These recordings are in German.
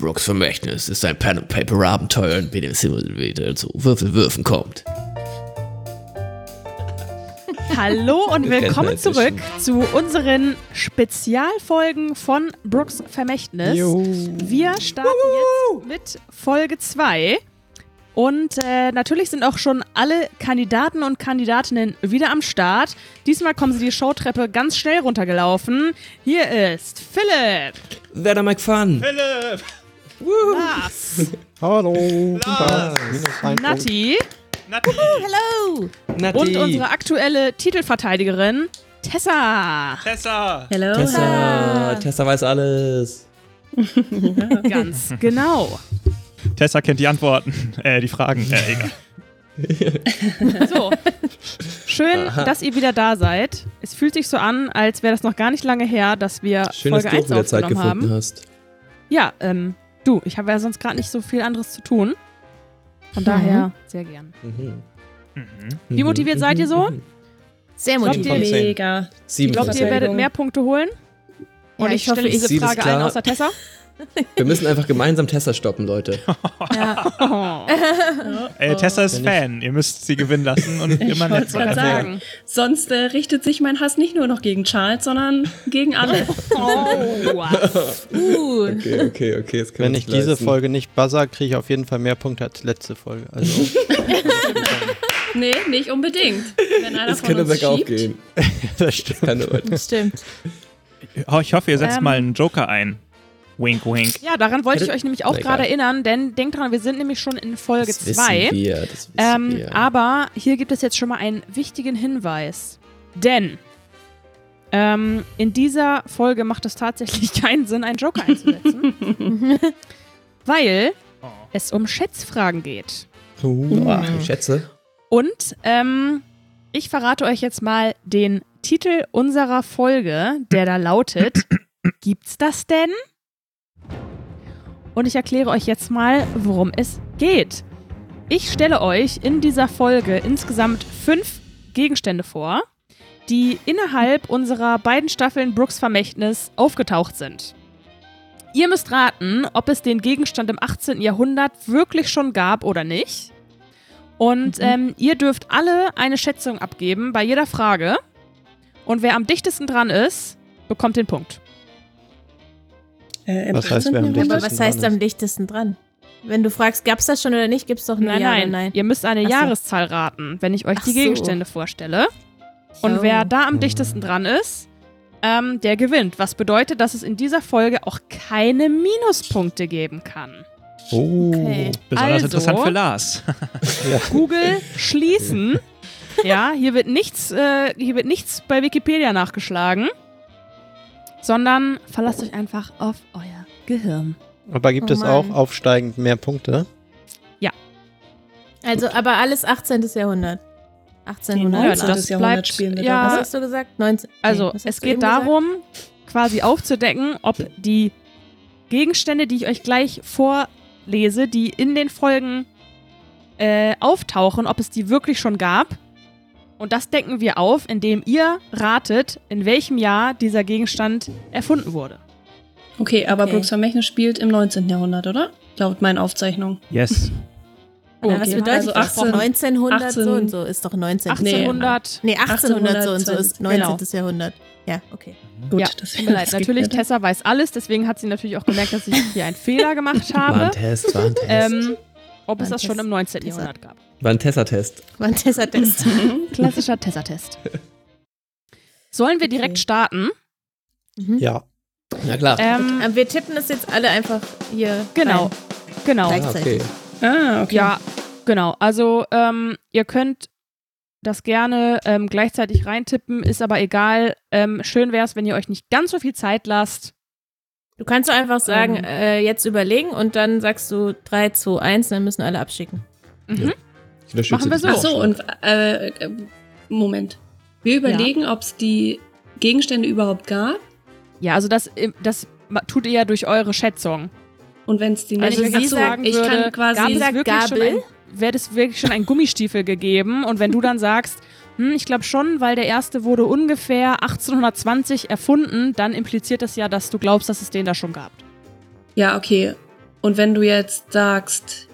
Brooks Vermächtnis ist ein Pen-and-Paper-Abenteuer, in dem es immer wieder zu Würfelwürfen kommt. Hallo und willkommen zurück zu unseren Spezialfolgen von Brooks Vermächtnis. Wir starten jetzt mit Folge 2. Und natürlich sind auch schon alle Kandidaten und Kandidatinnen wieder am Start. Diesmal kommen sie die Showtreppe ganz schnell runtergelaufen. Hier ist Philipp. Werder McFun. Philipp. Lars. Hallo. Lars. Nati. Hello. Nati. Und unsere aktuelle Titelverteidigerin Tessa. Tessa. Hello. Tessa weiß alles. Ganz genau. Tessa kennt die Antworten, die Fragen. Egal. So, schön, dass ihr wieder da seid. Es fühlt sich so an, als wäre das noch gar nicht lange her, dass wir Schön, Folge dass du 1 auch wieder Zeit aufgenommen gefunden haben. hast. Ja, du, ich habe ja sonst gerade nicht so viel anderes zu tun. Von daher sehr gern. Wie motiviert seid ihr so? Sehr Glaubt motiviert. ihr- Mega. 7 Glaubt ihr, ihr werdet mehr Punkte holen? Und Ja, ich ich hoffe, stelle diese sehe das Frage klar. allen außer Tessa. Wir müssen einfach gemeinsam Tessa stoppen, Leute. Ja. Oh, Tessa ist Fan. Ihr müsst sie gewinnen lassen und immer nett ich wollte sein. sagen. Sonst richtet sich mein Hass nicht nur noch gegen Charles, sondern gegen alle. Oh, wow. Okay. Jetzt können Wenn wir ich uns diese leisten. Folge nicht buzzer, kriege ich auf jeden Fall mehr Punkte als letzte Folge. Also, Nee, nicht unbedingt. Wenn einer Das von könnte uns bergauf schiebt. gehen. das stimmt. Stimmt. Oh, ich hoffe, ihr setzt Ähm. mal einen Joker ein. Wink, wink. Ja, daran wollte ich euch nämlich auch Na, gerade egal. erinnern, denn denkt dran, wir sind nämlich schon in Folge Das 2. wissen wir. Aber hier gibt es jetzt schon mal einen wichtigen Hinweis. Denn in dieser Folge macht es tatsächlich keinen Sinn, einen Joker einzusetzen. Weil es um Schätzfragen geht. Ich schätze. Und ich verrate euch jetzt mal den Titel unserer Folge, der da lautet: Gibt's das denn? Und ich erkläre euch jetzt mal, worum es geht. Ich stelle euch in dieser Folge insgesamt 5 Gegenstände vor, die innerhalb unserer beiden Staffeln Brooks Vermächtnis aufgetaucht sind. Ihr müsst raten, ob es den Gegenstand im 18. Jahrhundert wirklich schon gab oder nicht. Und ihr dürft alle eine Schätzung abgeben bei jeder Frage. Und wer am dichtesten dran ist, bekommt den Punkt. Was heißt, wir haben Aber dichtesten was heißt dran am dichtesten dran? Wenn du fragst, gab's das schon oder nicht, gibt's doch nur Ja oder Nein. Ihr müsst eine Ach so. Jahreszahl raten, wenn ich euch Ach die so. Gegenstände vorstelle. Und Oh. wer da am dichtesten dran ist, der gewinnt. Was bedeutet, dass es in dieser Folge auch keine Minuspunkte geben kann. Oh. Okay. Besonders Also- interessant für Lars. Google schließen. Ja, hier wird nichts bei Wikipedia nachgeschlagen, sondern verlasst euch einfach auf euer Gehirn. Aber gibt Oh es Mann. auch aufsteigend mehr Punkte? Also, aber alles 18. Jahrhundert. 1800. Ja, 19. das Jahrhundert bleibt, spielen wir ja, Was hast du gesagt? 19. Also, Nee, was hast es du eben geht darum, quasi aufzudecken, ob die Gegenstände, die ich euch gleich vorlese, die in den Folgen auftauchen, ob es die wirklich schon gab. Und das decken wir auf, indem ihr ratet, in welchem Jahr dieser Gegenstand erfunden wurde. Okay, aber Okay. Brooks Vermächtnis spielt im 19. Jahrhundert, oder? Laut meinen Aufzeichnungen. Yes. Na, was Okay. bedeutet Also das? 18 1900 so 18 und so ist doch 19. 1800. Nee, 1800 so und so ist 19. Genau. Jahrhundert. Ja, okay. Gut, Ja, das tut mir leid. das gibt Natürlich, mir Tessa weiß alles, deswegen hat sie natürlich auch gemerkt, dass ich hier einen Fehler gemacht War ein habe. Test. Ob es War ein das schon Test. im 19. Tessa. Jahrhundert gab. War ein Tessa-Test. War ein Tessa-Test. Klassischer Tessa-Test. Sollen wir Okay. direkt starten? Ja. Na klar. Wir tippen das jetzt alle einfach hier. Genau. rein. Genau. Gleich. Okay. Okay. Ja, genau. Also, ihr könnt das gerne gleichzeitig reintippen, ist aber egal. Schön wäre es, wenn ihr euch nicht ganz so viel Zeit lasst. Du kannst doch einfach sagen, jetzt überlegen und dann sagst du 3, 2, 1, dann müssen alle abschicken. Mhm. Ich unterstütze Machen wir diesen so. Ach so, Vorschlag. und Moment. Wir überlegen, ob es die Gegenstände überhaupt gab. Ja, also das tut ihr ja durch eure Schätzung. Und wenn es die Wenn nicht ich euch Ach jetzt so, sagen ich würde, kann quasi gab es sagt wirklich schon Gabel? wäre es wirklich schon ein Gummistiefel gegeben und wenn du dann sagst, ich glaube schon, weil der erste wurde ungefähr 1820 erfunden, dann impliziert das ja, dass du glaubst, dass es den da schon gab. Ja, okay. Und wenn du jetzt sagst,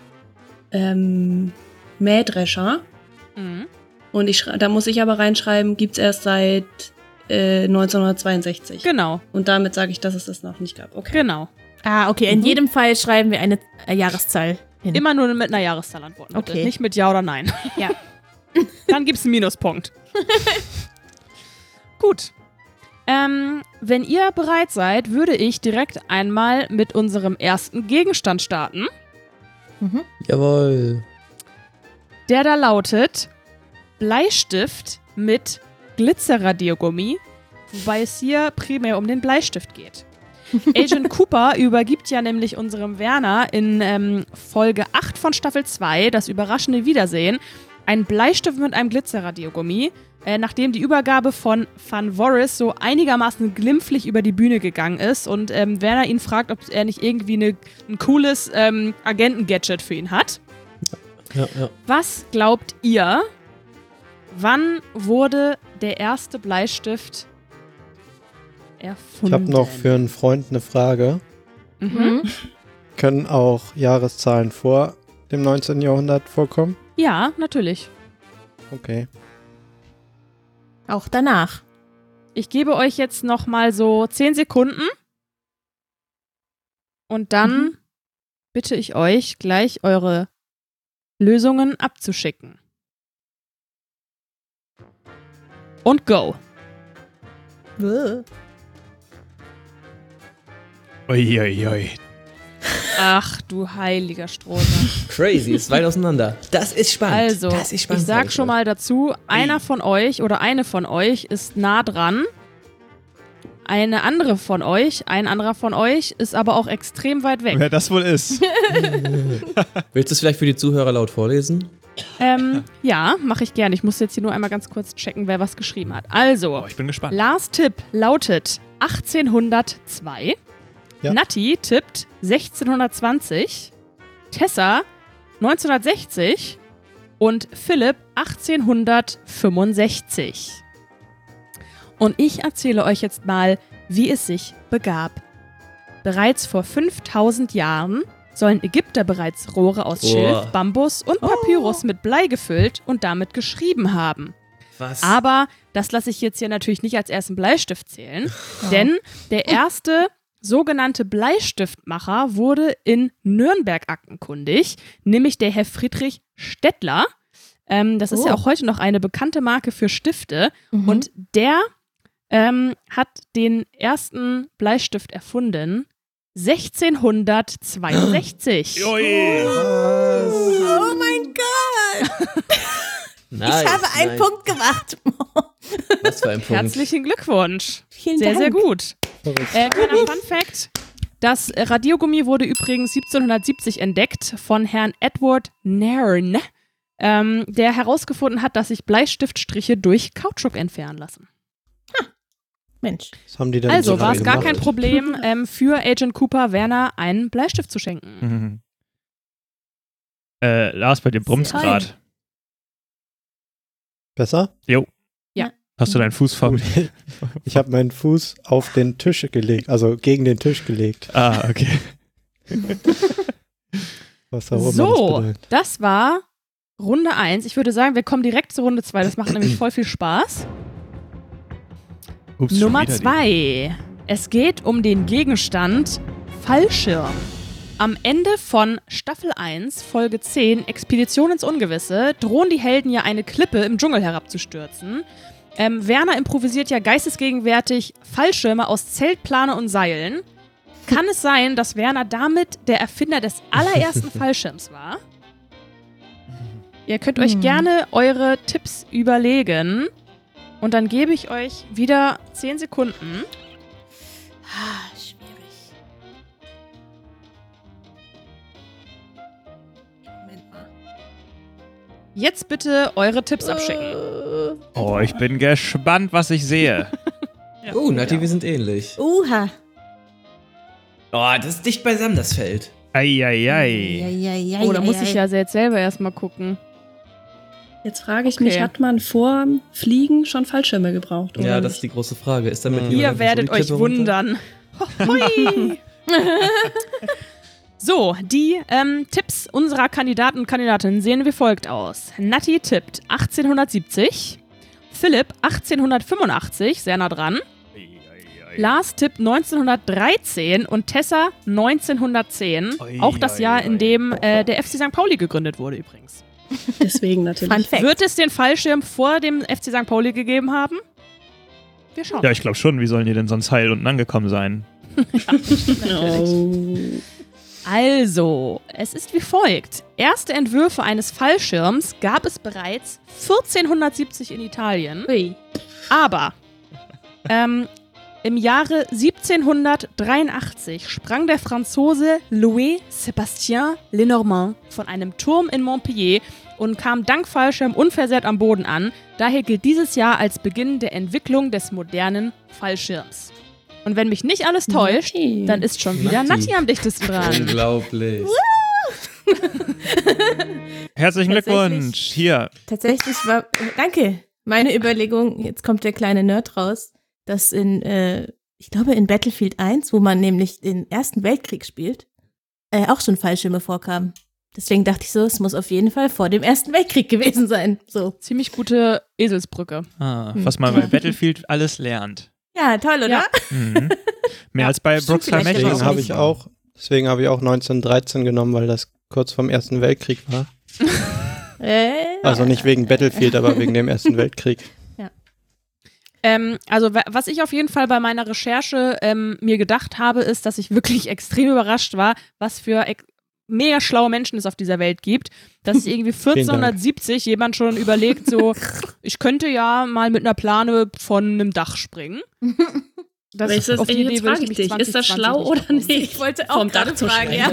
Mähdrescher, und da muss ich aber reinschreiben, gibt's erst seit 1962. Genau. Und damit sage ich, dass es das noch nicht gab. Okay. Genau. Ah, okay. In jedem Fall schreiben wir eine Jahreszahl hin. Immer nur mit einer Jahreszahl antworten. Bitte. Okay. Nicht mit Ja oder Nein. Ja. Dann gibt's einen Minuspunkt. Gut. Wenn ihr bereit seid, würde ich direkt einmal mit unserem ersten Gegenstand starten. Jawohl. Der da lautet Bleistift mit Glitzerradiergummi, wobei es hier primär um den Bleistift geht. Agent Cooper übergibt ja nämlich unserem Werner in Folge 8 von Staffel 2 das überraschende Wiedersehen einen Bleistift mit einem Glitzerradiergummi, nachdem die Übergabe von Van Voris so einigermaßen glimpflich über die Bühne gegangen ist und Werner ihn fragt, ob er nicht irgendwie ein cooles Agenten-Gadget für ihn hat. Ja. Was glaubt ihr, wann wurde der erste Bleistift erfunden? Ich habe noch für einen Freund eine Frage. Können auch Jahreszahlen vor dem 19. Jahrhundert vorkommen? Ja, natürlich. Okay. Auch danach. Ich gebe euch jetzt noch mal so 10 Sekunden und dann bitte ich euch, gleich eure Lösungen abzuschicken. Und go. Uiuiui. Ach, du heiliger Strohsack. Crazy, ist weit auseinander. Das ist spannend. Also, das ist spannend, ich sag schon mal dazu, einer von euch oder eine von euch ist nah dran. Ein anderer von euch ist aber auch extrem weit weg. Wer das wohl ist. Willst du es vielleicht für die Zuhörer laut vorlesen? Ja, mache ich gerne. Ich muss jetzt hier nur einmal ganz kurz checken, wer was geschrieben hat. Also, Oh, ich bin gespannt. Lars Tipp lautet 1802. Ja. Natti tippt 1620. Tessa 1960. Und Philipp 1865. Und ich erzähle euch jetzt mal, wie es sich begab. Bereits vor 5000 Jahren sollen Ägypter bereits Rohre aus Schilf, Bambus und Papyrus mit Blei gefüllt und damit geschrieben haben. Was? Aber das lasse ich jetzt hier natürlich nicht als ersten Bleistift zählen, denn der erste sogenannte Bleistiftmacher wurde in Nürnberg aktenkundig, nämlich der Herr Friedrich Stettler. Das ist ja auch heute noch eine bekannte Marke für Stifte. Und der hat den ersten Bleistift erfunden 1662. Oh mein Gott! Nice, Ich habe einen Punkt gemacht. Was für ein Punkt. Herzlichen Glückwunsch. Vielen Sehr, Dank. sehr gut. Kleiner Fun-Fact. Das Radiergummi wurde übrigens 1770 entdeckt von Herrn Edward Nairn, der herausgefunden hat, dass sich Bleistiftstriche durch Kautschuk entfernen lassen. Mensch. Was haben die denn Also so war es gar gemacht? kein Problem für Agent Cooper Werner einen Bleistift zu schenken. Lars, bei dir brummt's Toll. grad. Besser? Jo. Ja. Hast du deinen Fuß vom... Ich habe meinen Fuß auf den Tisch gelegt, also gegen den Tisch gelegt. Ah, okay. Was auch immer das So, bedeutet. das war Runde 1. Ich würde sagen, wir kommen direkt zu Runde 2. Das macht nämlich voll viel Spaß. Ups, schon Nummer wieder die- 2. Es geht um den Gegenstand Fallschirm. Am Ende von Staffel 1, Folge 10, Expedition ins Ungewisse, drohen die Helden ja eine Klippe im Dschungel herabzustürzen. Werner improvisiert ja geistesgegenwärtig Fallschirme aus Zeltplane und Seilen. Kann es sein, dass Werner damit der Erfinder des allerersten Fallschirms war? Ihr könnt euch gerne eure Tipps überlegen. Und dann gebe ich euch wieder 10 Sekunden. Schwierig. Moment mal. Jetzt bitte eure Tipps abschicken. Oh, ich bin gespannt, was ich sehe. Nati, wir sind ähnlich. Uha. Oh, das ist dicht beisammen, das Feld. Eieiei. Oh, da muss ich ja jetzt selber erstmal gucken. Jetzt frage ich mich, hat man vor Fliegen schon Fallschirme gebraucht? Oder Ja, das ist nicht? die große Frage. Ist damit Ihr werdet euch wundern. Hui. So, die Tipps unserer Kandidaten und Kandidatinnen sehen wie folgt aus. Natti tippt 1870, Philipp 1885, sehr nah dran. Lars tippt 1913 und Tessa 1910. Auch das Jahr, in dem der FC St. Pauli gegründet wurde übrigens. Deswegen natürlich. Fun Fact. Wird es den Fallschirm vor dem FC St. Pauli gegeben haben? Wir schauen. Ja, ich glaube schon. Wie sollen die denn sonst heil unten angekommen sein? Also, es ist wie folgt. Erste Entwürfe eines Fallschirms gab es bereits 1470 in Italien. Ui. Aber im Jahre 1783 sprang der Franzose Louis-Sébastien Lenormand von einem Turm in Montpellier und kam dank Fallschirm unversehrt am Boden an. Daher gilt dieses Jahr als Beginn der Entwicklung des modernen Fallschirms. Und wenn mich nicht alles täuscht, dann ist schon wieder Natti am dichtesten dran. Unglaublich. Herzlichen Glückwunsch. Hier. Tatsächlich war, danke, meine Überlegung, jetzt kommt der kleine Nerd raus, dass ich glaube in Battlefield 1, wo man nämlich den Ersten Weltkrieg spielt, auch schon Fallschirme vorkamen. Deswegen dachte ich so, es muss auf jeden Fall vor dem Ersten Weltkrieg gewesen sein. So. Ziemlich gute Eselsbrücke. Was man bei Battlefield alles lernt. Ja, toll, oder? Ja. Mhm. Mehr als bei Brooks vielleicht Vermächtnis. Deswegen habe ich auch 1913 genommen, weil das kurz vorm Ersten Weltkrieg war. Also nicht wegen Battlefield, aber wegen dem Ersten Weltkrieg. Also was ich auf jeden Fall bei meiner Recherche mir gedacht habe, ist, dass ich wirklich extrem überrascht war, was für mega schlaue Menschen es auf dieser Welt gibt, dass sich irgendwie 1470 jemand schon überlegt, so, ich könnte ja mal mit einer Plane von einem Dach springen. Das Jetzt frage ich dich, ist das schlau oder nicht? Ich wollte auch gerade fragen, ja.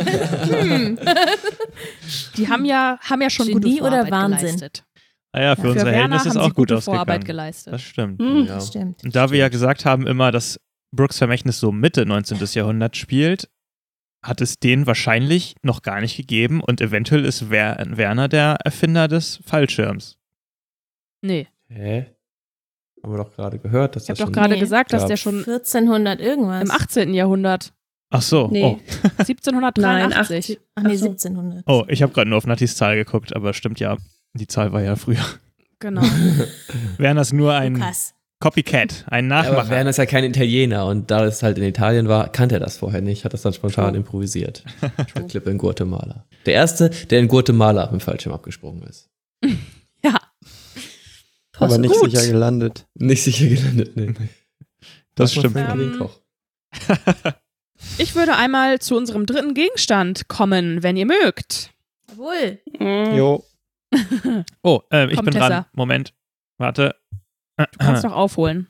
Die haben ja schon Genie gute Vorarbeit oder Wahnsinn? geleistet. Naja, für unsere Helden ist es auch gut Vorarbeit ausgegangen. geleistet. Das stimmt. Ja. Das stimmt. Und da wir ja gesagt haben immer, dass Brooks Vermächtnis so Mitte 19. Jahrhundert spielt, hat es den wahrscheinlich noch gar nicht gegeben und eventuell ist Werner der Erfinder des Fallschirms. Nee. Hä? Haben wir doch gerade gehört, dass Ich habe das doch schon... gerade gesagt, dass Ja. der schon 1400 irgendwas. im 18. Jahrhundert, Ach so, Nee. oh. 1783. Ach nee, Ach so. 1700. Oh, ich habe gerade nur auf Nattis Zahl geguckt, aber stimmt ja, die Zahl war ja früher. Genau. Werner ist nur ein Krass. Copycat, ein Ja, aber Nachmacher. Werner ist ja kein Italiener und da es halt in Italien war, kannte er das vorher nicht, hat das dann spontan True. improvisiert. Der Clip in Guatemala. Der erste, der in Guatemala mit dem Fallschirm abgesprungen ist. Ja. Aber nicht gut. sicher gelandet. Nicht sicher gelandet, nee. Das stimmt. Den Koch. Ich würde einmal zu unserem dritten Gegenstand kommen, wenn ihr mögt. Jawohl. Jo. Oh, ich Komm, bin dran. Tessa. Moment. Warte. Du kannst doch aufholen.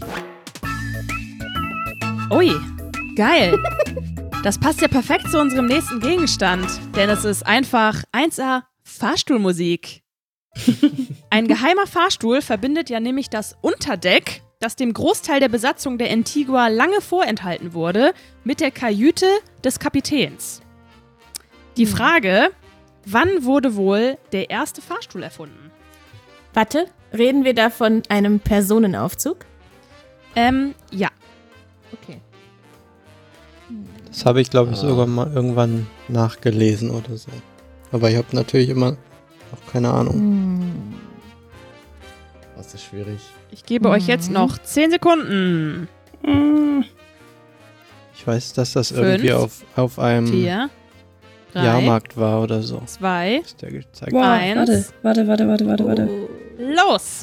Ui, geil. Das passt ja perfekt zu unserem nächsten Gegenstand, denn es ist einfach 1A Fahrstuhlmusik. Ein geheimer Fahrstuhl verbindet ja nämlich das Unterdeck, das dem Großteil der Besatzung der Antigua lange vorenthalten wurde, mit der Kajüte des Kapitäns. Die Frage, wann wurde wohl der erste Fahrstuhl erfunden? Warte, reden wir da von einem Personenaufzug? Ja. Okay. Das habe ich, glaube ich, sogar mal irgendwann nachgelesen oder so. Aber ich habe natürlich immer noch keine Ahnung. Das ist schwierig. Ich gebe euch jetzt noch 10 Sekunden. Ich weiß, dass das irgendwie auf einem 4, 3, Jahrmarkt war oder so. 2, Ist der gezeigt. Wow, Eins. warte. los!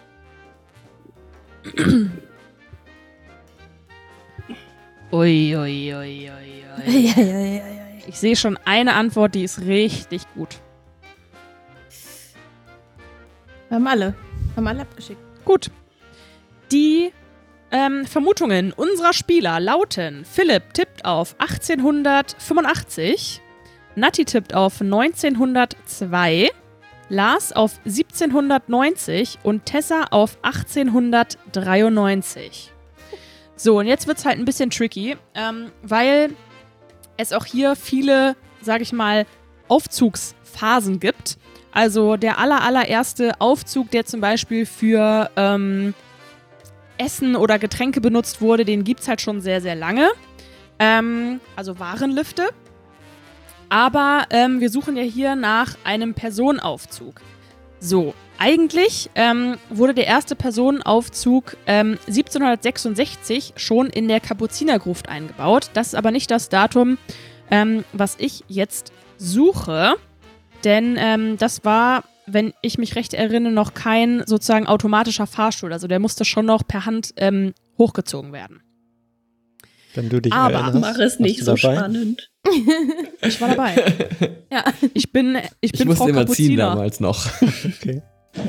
Ui, ui, ui, ui, ui. Ich sehe schon eine Antwort, die ist richtig gut. Haben alle abgeschickt. Gut. Die Vermutungen unserer Spieler lauten: Philipp tippt auf 1885, Natti tippt auf 1902, Lars auf 1790 und Tessa auf 1893. So, und jetzt wird es halt ein bisschen tricky, weil es auch hier viele, sag ich mal, Aufzugsphasen gibt. Also der allererste Aufzug, der zum Beispiel für Essen oder Getränke benutzt wurde, den gibt es halt schon sehr, sehr lange. Also Warenlifte. Aber wir suchen ja hier nach einem Personenaufzug. So, eigentlich wurde der erste Personenaufzug 1766 schon in der Kapuzinergruft eingebaut. Das ist aber nicht das Datum, was ich jetzt suche. Denn das war, wenn ich mich recht erinnere, noch kein sozusagen automatischer Fahrstuhl. Also der musste schon noch per Hand hochgezogen werden. Wenn du dich Aber erinnerst, mach es nicht so spannend. Ich war dabei. Ja, ich bin Ich musste Frau immer ziehen Kapuziner. damals noch. Okay.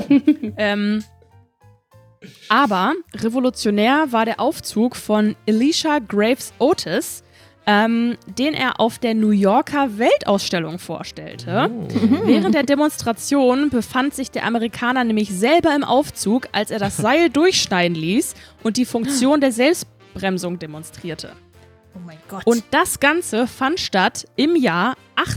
Aber revolutionär war der Aufzug von Elisha Graves Otis, den er auf der New Yorker Weltausstellung vorstellte. Während der Demonstration befand sich der Amerikaner nämlich selber im Aufzug, als er das Seil durchschneiden ließ und die Funktion der Selbstbremsung demonstrierte. Oh mein Gott. Und das Ganze fand statt im Jahr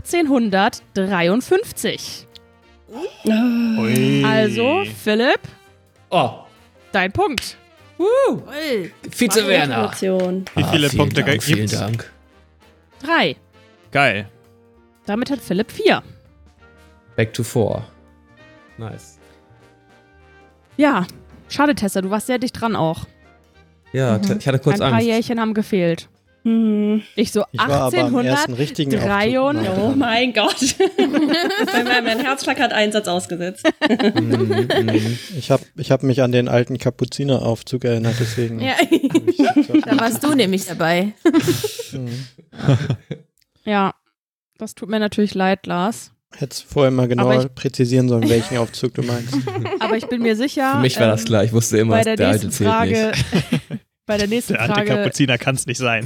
1853. Ui. Also, Philipp, Oh, dein Punkt. Toll. Vize-Werner. Gratulation. Wie viele Vielen Punkte Dank, vielen gibt's? Dank. 3. Geil. Damit hat Philipp 4. back to 4. Nice. Ja, schade, Tessa, du warst sehr dicht dran auch. Ja, ich hatte kurz Ein paar Angst. Jährchen haben gefehlt. Ich so Ich war aber am ersten richtigen Aufzug. 1893. Oh mein Gott. mein Herzschlag hat einen Satz ausgesetzt. Ich hab mich an den alten Kapuzineraufzug erinnert, deswegen. Ja, da warst du nämlich dabei. Ja, das tut mir natürlich leid, Lars. Hättest vorher mal Aber genauer ich- präzisieren sollen, welchen Aufzug du meinst. Aber ich bin mir sicher, Für mich war das klar. Ich wusste immer, bei der der alte nächsten zählt Frage, nicht. bei der nächsten Der Frage, Antikapuziner kann es nicht sein.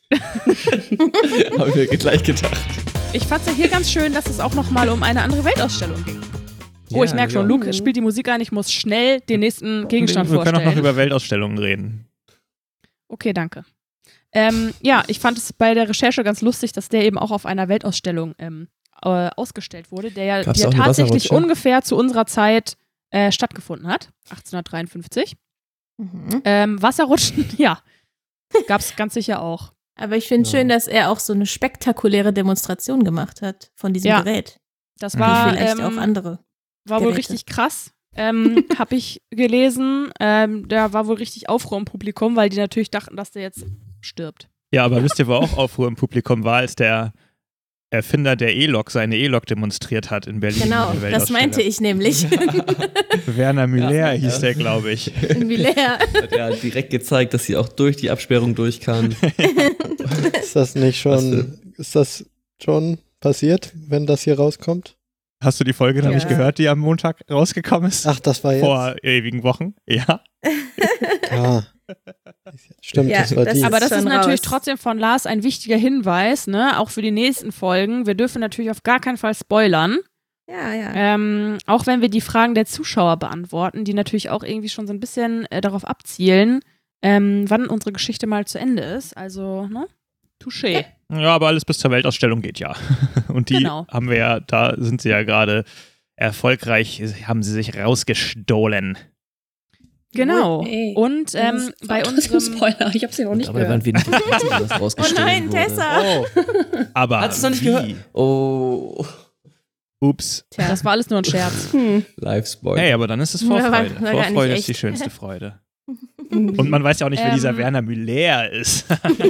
Habe ich mir gleich gedacht. ich fand es ja hier ganz schön, dass es auch nochmal um eine andere Weltausstellung ging. Oh, ich merke schon, genau. Luke spielt die Musik ein, ich muss schnell den nächsten Gegenstand Wir können auch vorstellen. noch über Weltausstellungen reden. Okay, danke. Ja, ich fand es bei der Recherche ganz lustig, dass der eben auch auf einer Weltausstellung ausgestellt wurde, die ja Gab's auch eine tatsächlich Wasserrutsche? ungefähr zu unserer Zeit stattgefunden hat, 1853. Wasserrutschen, ja, gab es ganz sicher auch. Aber ich finde schön, dass er auch so eine spektakuläre Demonstration gemacht hat von diesem Ja. Gerät. Das Wie war, vielleicht auch andere. war wohl Geräte. richtig krass. Habe ich gelesen. Da war wohl richtig Aufruhr im Publikum, weil die natürlich dachten, dass der jetzt stirbt. Ja, aber wisst ihr, wo auch Aufruhr im Publikum war, als der Erfinder der E-Lok seine E-Lok demonstriert hat in Berlin. Genau, in der das meinte Weltausstellung. ich nämlich. Werner Müller Ja. hieß der, glaube ich. Irgendwie leer. Hat er direkt gezeigt, dass sie auch durch die Absperrung durch kann. Ist das nicht schon, ist das schon passiert, wenn das hier rauskommt? Hast du die Folge noch Ja. nicht gehört, die am Montag rausgekommen ist? Ach, das war jetzt. Vor ewigen Wochen? Ja. Ah. Stimmt, Ja, das war das die. Aber das ist schon natürlich raus. trotzdem von Lars ein wichtiger Hinweis, ne? Auch für die nächsten Folgen. Wir dürfen natürlich auf gar keinen Fall spoilern. Ja. Auch wenn wir die Fragen der Zuschauer beantworten, die natürlich auch irgendwie schon so ein bisschen darauf abzielen, wann unsere Geschichte mal zu Ende ist. Also, ne? Touché. Ja, aber alles bis zur Weltausstellung geht ja. Und die Genau. haben wir ja, da sind sie ja gerade erfolgreich, haben sie sich rausgestohlen. Genau. Ey. Und bei unserem Spoiler, ich habe sie noch nicht Dabei gehört. waren wir nicht das Einzige, was Oh rausgestellt nein, wurde. Tessa! Oh, Aber Hast du noch nicht wie? gehört? Oh, Ups. das war alles nur ein Scherz. Live-Spoil. Hey, aber dann ist es Ja, Vorfreude. war gar nicht Vorfreude ist die echt. schönste Freude. Und man weiß ja auch nicht, wer dieser Werner Müller ist.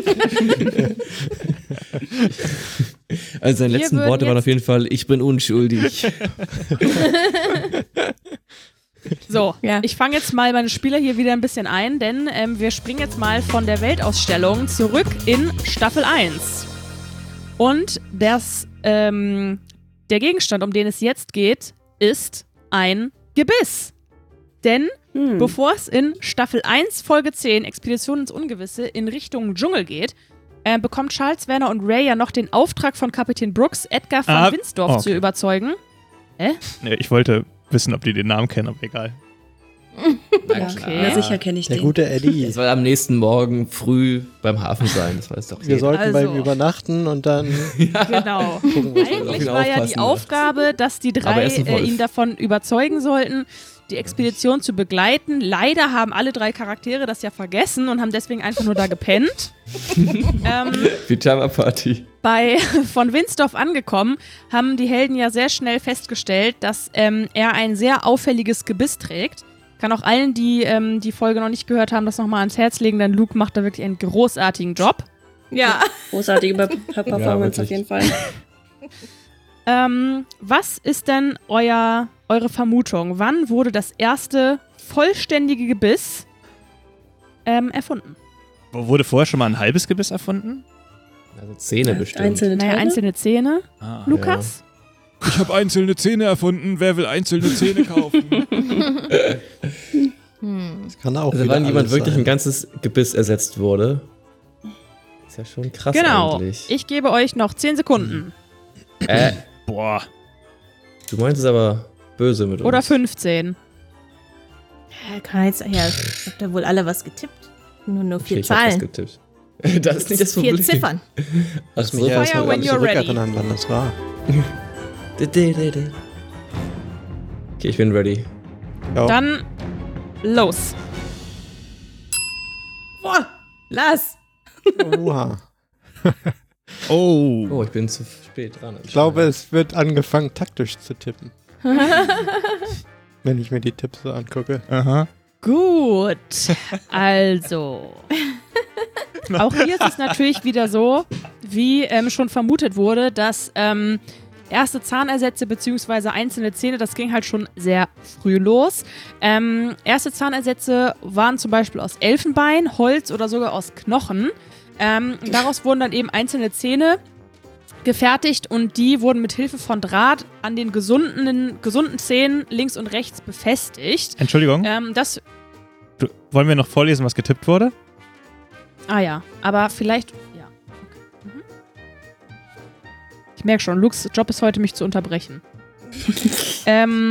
Also seine Wir letzten würden Worte waren jetzt- auf jeden Fall, ich bin unschuldig. So, Ja. ich fange jetzt mal meine Spieler hier wieder ein bisschen ein, denn wir springen jetzt mal von der Weltausstellung zurück in Staffel 1. Und der Gegenstand, um den es jetzt geht, ist ein Gebiss. Denn bevor es in Staffel 1, Folge 10, Expedition ins Ungewisse, in Richtung Dschungel geht, bekommt Charles, Werner und Ray ja noch den Auftrag von Kapitän Brooks, Edgar von Winsdorf okay. zu überzeugen. Nee, ich wollte wissen, ob die den Namen kennen, aber egal. Okay. Ja, sicher kenne ich Der den. gute Eddie. Es soll am nächsten Morgen früh beim Hafen sein, das weiß doch Wir jeder. sollten bei ihm Also. übernachten und dann Genau. gucken, was wir Eigentlich ihn war ja die aufpassen Aufgabe, dass die Aber er drei ist ein Wolf. ihn davon überzeugen sollten, die Expedition zu begleiten. Leider haben alle 3 Charaktere das ja vergessen und haben deswegen einfach nur da gepennt. Pyjama-Party. Von Winsdorf angekommen, haben die Helden ja sehr schnell festgestellt, dass er ein sehr auffälliges Gebiss trägt. Kann auch allen, die die Folge noch nicht gehört haben, das nochmal ans Herz legen, denn Luke macht da wirklich einen großartigen Job. Ja. Großartige Performance Ja, auf jeden Fall. Was ist denn eure Vermutung? Wann wurde das erste vollständige Gebiss erfunden? Wurde vorher schon mal ein halbes Gebiss erfunden? Also Zähne bestimmt. Einzelne Naja, Teile. einzelne Zähne. Ah. Lukas? Ich habe einzelne Zähne erfunden. Wer will einzelne Zähne kaufen? Das kann auch Also wieder wann jemand alles wirklich ein sein. ganzes Gebiss ersetzt wurde. Ist ja schon krass Genau. eigentlich. Ich gebe euch noch 10 Sekunden. Boah. Du meinst es aber böse mit uns. Oder 15. Ja, kann jetzt, ja, habt ihr wohl alle was getippt? Nur Okay, 4 ich hab was Zahlen. getippt. Das ist nicht das 4 Problem. Ziffern. Ach Mich so. erst Fire mal when you're ready. zurückerinnern, wann das war. Okay, ich bin ready. Ja. Dann los. Boah, Lars. Oha. Oh. Oh, ich bin zu spät dran. Ich glaube, es wird angefangen, taktisch zu tippen. Wenn ich mir die Tipps so angucke. Aha. Gut. Also. Auch hier ist es natürlich wieder so, wie schon vermutet wurde, dass erste Zahnersätze bzw. einzelne Zähne, das ging halt schon sehr früh los. Erste Zahnersätze waren zum Beispiel aus Elfenbein, Holz oder sogar aus Knochen. Daraus wurden dann eben einzelne Zähne gefertigt und die wurden mit Hilfe von Draht an den gesunden Zähnen links und rechts befestigt. Entschuldigung. Wollen wir noch vorlesen, was getippt wurde? Ah ja, aber vielleicht, ja. Okay. Mhm. Ich merke schon, Lukes Job ist heute, mich zu unterbrechen. Ich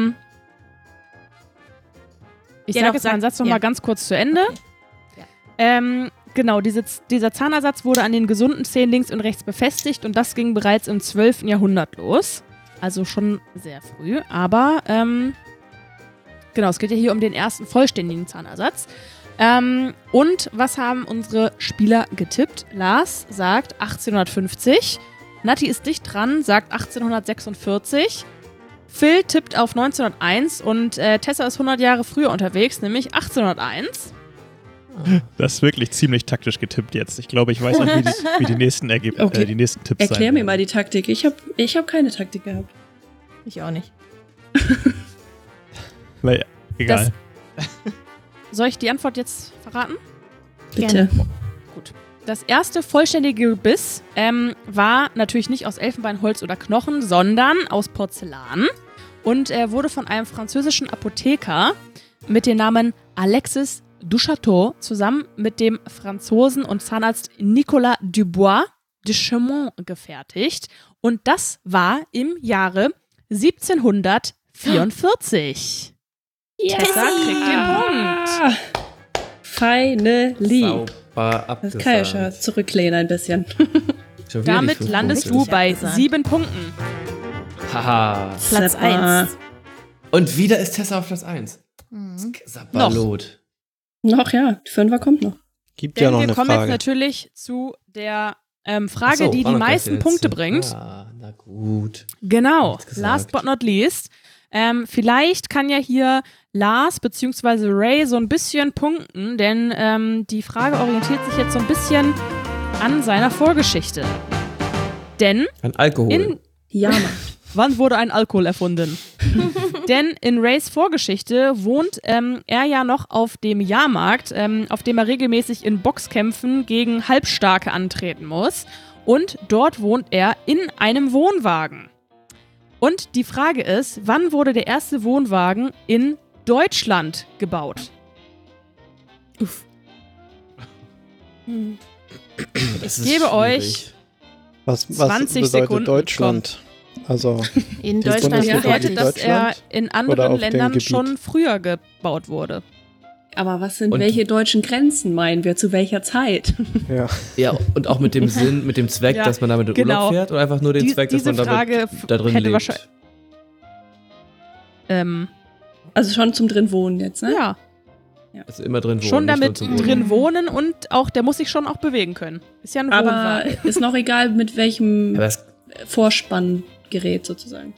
Ja, sage doch, jetzt meinen Satz noch mal ja. ganz kurz zu Ende. Okay. Genau, dieser Zahnersatz wurde an den gesunden Zähnen links und rechts befestigt und das ging bereits im 12. Jahrhundert los. Also schon sehr früh, aber genau, es geht ja hier um den ersten vollständigen Zahnersatz. Und was haben unsere Spieler getippt? Lars sagt 1850, Natti ist dicht dran, sagt 1846, Phil tippt auf 1901 und Tessa ist 100 Jahre früher unterwegs, nämlich 1801. Das ist wirklich ziemlich taktisch getippt jetzt. Ich glaube, ich weiß auch, wie die nächsten Okay. die nächsten Tipps sein Erklär mir werden. mal die Taktik. Ich hab keine Taktik gehabt. Ich auch nicht. Weil, egal. Soll ich die Antwort jetzt verraten? Bitte. Gut. Das erste vollständige Gebiss war natürlich nicht aus Elfenbein, Holz oder Knochen, sondern aus Porzellan. Und er wurde von einem französischen Apotheker mit dem Namen Alexis Duchateau zusammen mit dem Franzosen und Zahnarzt Nicolas Dubois de Chaumont gefertigt. Und das war im Jahre 1744. Tessa kriegt den Punkt. Finally. Sauber Das kann ja schon abgesagt. zurücklehnen ein bisschen. Schon wieder die Damit 5 landest Punkte. du bei abgesagt. 7 Punkten. Haha. Platz Super. 1. Und wieder ist Tessa auf Platz 1. Sabbalot. Noch, ja. Die Fünfer kommt noch. Gibt ja Denn noch wir eine kommen jetzt Frage. natürlich zu der Frage, Ach so, die war die noch gleich meisten der Punkte letzte. bringt. Ah, na gut. Genau, Nichts gesagt. last but not least. Vielleicht kann ja hier Lars bzw. Ray so ein bisschen punkten, denn die Frage orientiert sich jetzt so ein bisschen an seiner Vorgeschichte. Denn An Alkohol. Ja, Mann. wann wurde ein Alkohol erfunden? Denn in Rays Vorgeschichte wohnt er ja noch auf dem Jahrmarkt, auf dem er regelmäßig in Boxkämpfen gegen Halbstarke antreten muss. Und dort wohnt er in einem Wohnwagen. Und die Frage ist, wann wurde der erste Wohnwagen in Deutschland gebaut? Das Ich ist gebe schwierig. euch Was 20 bedeutet Sekunden, Deutschland? Also In Die Deutschland Bundesrepublik fertig. dass er Deutschland in oder anderen auf dem Ländern Gebiet? schon früher gebaut wurde. Aber was sind Und- welche deutschen Grenzen, meinen wir, zu welcher Zeit? ja. Ja, und auch mit dem Sinn, mit dem Zweck, Ja, dass man damit in genau. Urlaub fährt oder einfach nur den Zweck, dass Diese man Frage damit da drin hätte lebt? wahrscheinlich. Also schon zum drin wohnen jetzt, ne? Ja, Also immer drin wohnen. schon nicht nur damit zum Wohnen. drin wohnen und auch, der muss sich schon auch bewegen können. Ist ja ein Aber Wohnwagen. ist noch egal, mit welchem Aber es, Vorspanngerät sozusagen.